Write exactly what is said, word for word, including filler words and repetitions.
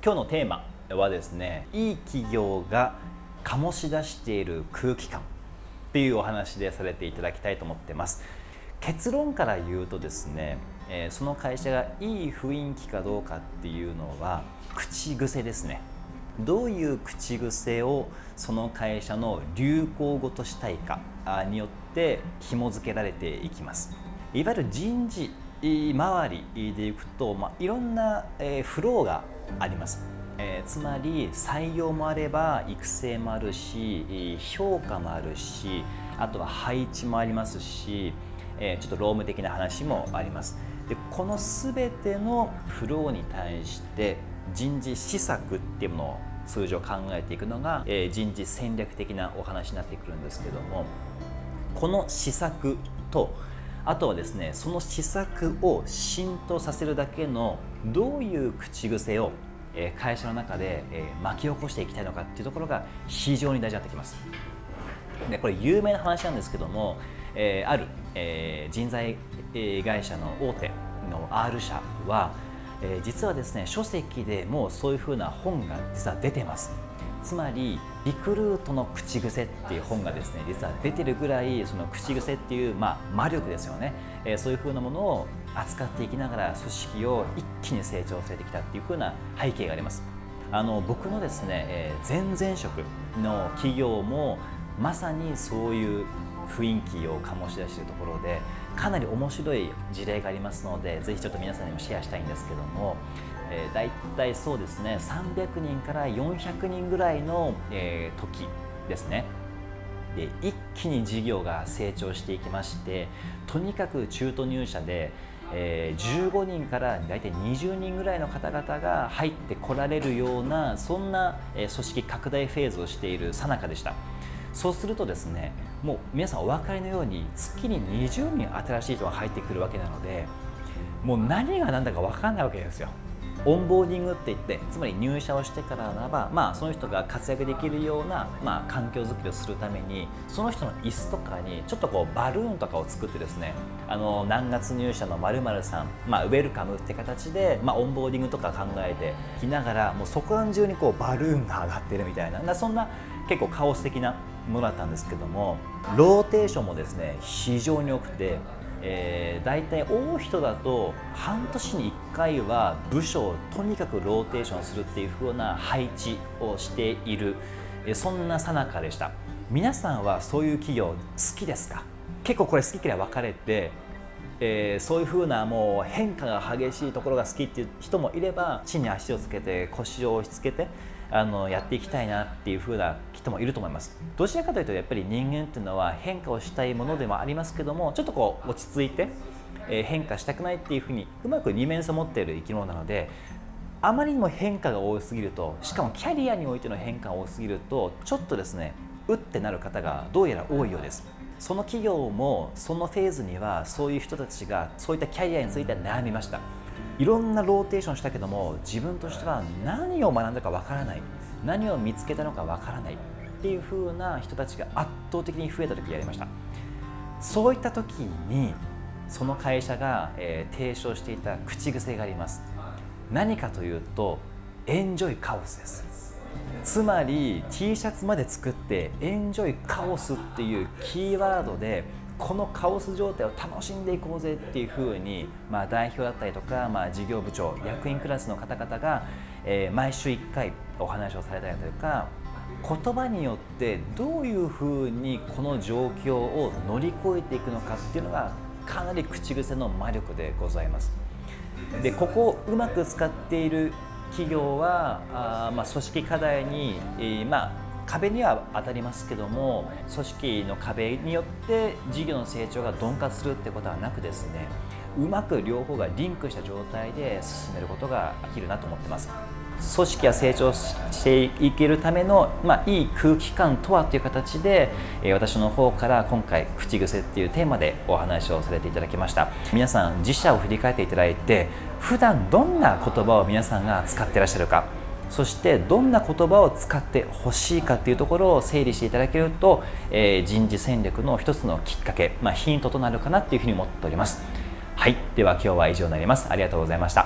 今日のテーマはですね、いい企業が醸し出している空気感っていうお話でされていただきたいと思ってます。結論から言うとですね、えー、その会社がいい雰囲気かどうかっていうのは口癖ですね。どういう口癖をその会社の流行語としたいかによって紐付けられていきます。いわゆる人事周りでいくと、まあ、いろんな、えー、フローがあります。えー、つまり採用もあれば育成もあるし、評価もあるし、あとは配置もありますし、えー、ちょっと労務的な話もあります。でこの全てのフローに対して人事施策っていうものを通常考えていくのが、えー、人事戦略的なお話になってくるんですけども、この施策とあとはですね、その施策を浸透させるだけのどういう口癖を会社の中で巻き起こしていきたいのかっていうところが非常に大事になってきます。でこれ有名な話なんですけども、えー、ある、えー、人材会社の大手の R 社は、えー、実はですね書籍でもうそういうふうな本が実は出てます。つまりリクルートの口癖っていう本がですね実は出てるぐらい、その口癖っていう、まあ、魔力ですよね、えー、そういうふうなものを扱っていきながら組織を一気に成長させてきたっていうふうな背景があります。あの僕のですね、えー、前々職の企業もまさにそういう雰囲気を醸し出しているところで、かなり面白い事例がありますので、ぜひちょっと皆さんにもシェアしたいんですけども、えー、だいたいそうですねさんびゃくにんからよんひゃくにんぐらいの、えー、時ですね。で一気に事業が成長していきまして、とにかく中途入社で、えー、じゅうごにんからだいたいにじゅうにんぐらいの方々が入ってこられるような、そんな、えー、組織拡大フェーズをしている最中でした。そうするとですね、もう皆さんお分かりのように月ににじゅうにん新しい人が入ってくるわけなので、もう何が何だか分からないわけですよ。オンボーディングって言って、つまり入社をしてからならば、まあ、その人が活躍できるような、まあ、環境づくりをするために、その人の椅子とかにちょっとこうバルーンとかを作ってですね、あの何月入社の〇〇さん、まあ、ウェルカムって形で、まあ、オンボーディングとか考えてきながら、もうそこら中にこうバルーンが上がってるみたいな、そんな結構カオス的なものだったんですけども、ローテーションもですね非常に多くて、えー、大体多い人だと半年にいっかいは部署をとにかくローテーションするっていう風な配置をしている、えー、そんな最中でした。皆さんはそういう企業好きですか？結構これ好き嫌い分かれて、えー、そういう風なもう変化が激しいところが好きっていう人もいれば、地に足をつけて腰を押し付けてあのやっていきたいなっていう風な人もいると思います。どちらかというとやっぱり人間っていうのは変化をしたいものでもありますけども、ちょっとこう落ち着いて、えー、変化したくないっていう風にうまく二面性を持っている生き物なので、あまりにも変化が多すぎると、しかもキャリアにおいての変化が多すぎると、ちょっとですねうってなる方がどうやら多いようです。その企業もそのフェーズにはそういう人たちがそういったキャリアについて悩みました。いろんなローテーションしたけども、自分としては何を学んだかわからない、何を見つけたのかわからないっていう風な人たちが圧倒的に増えた時がありました。そういった時にその会社が、えー、提唱していた口癖があります。何かというと、エンジョイカオスです。つまり T シャツまで作ってエンジョイカオスっていうキーワードで、このカオス状態を楽しんでいこうぜっていう風に、まあ、代表だったりとか、まあ、事業部長、役員クラスの方々が、えー、毎週いっかいお話をされたりとか、言葉によってどういう風にこの状況を乗り越えていくのかっていうのがかなり口癖の魔力でございます。でここをうまく使っている企業はあ、まあ、組織課題に、えーまあ壁には当たりますけども、組織の壁によって事業の成長が鈍化するってことはなくですね、うまく両方がリンクした状態で進めることができるなと思ってます。組織が成長していけるための、まあ、いい空気感とはという形で、えー、私の方から今回口癖っていうテーマでお話をさせていただきました。皆さん自社を振り返っていただいて、普段どんな言葉を皆さんが使っていらっしゃるか、そしてどんな言葉を使ってほしいかっていうところを整理していただけると、えー、人事戦略の一つのきっかけ、まあ、ヒントとなるかなっていうふうに思っております。はい、では今日は以上になります。ありがとうございました。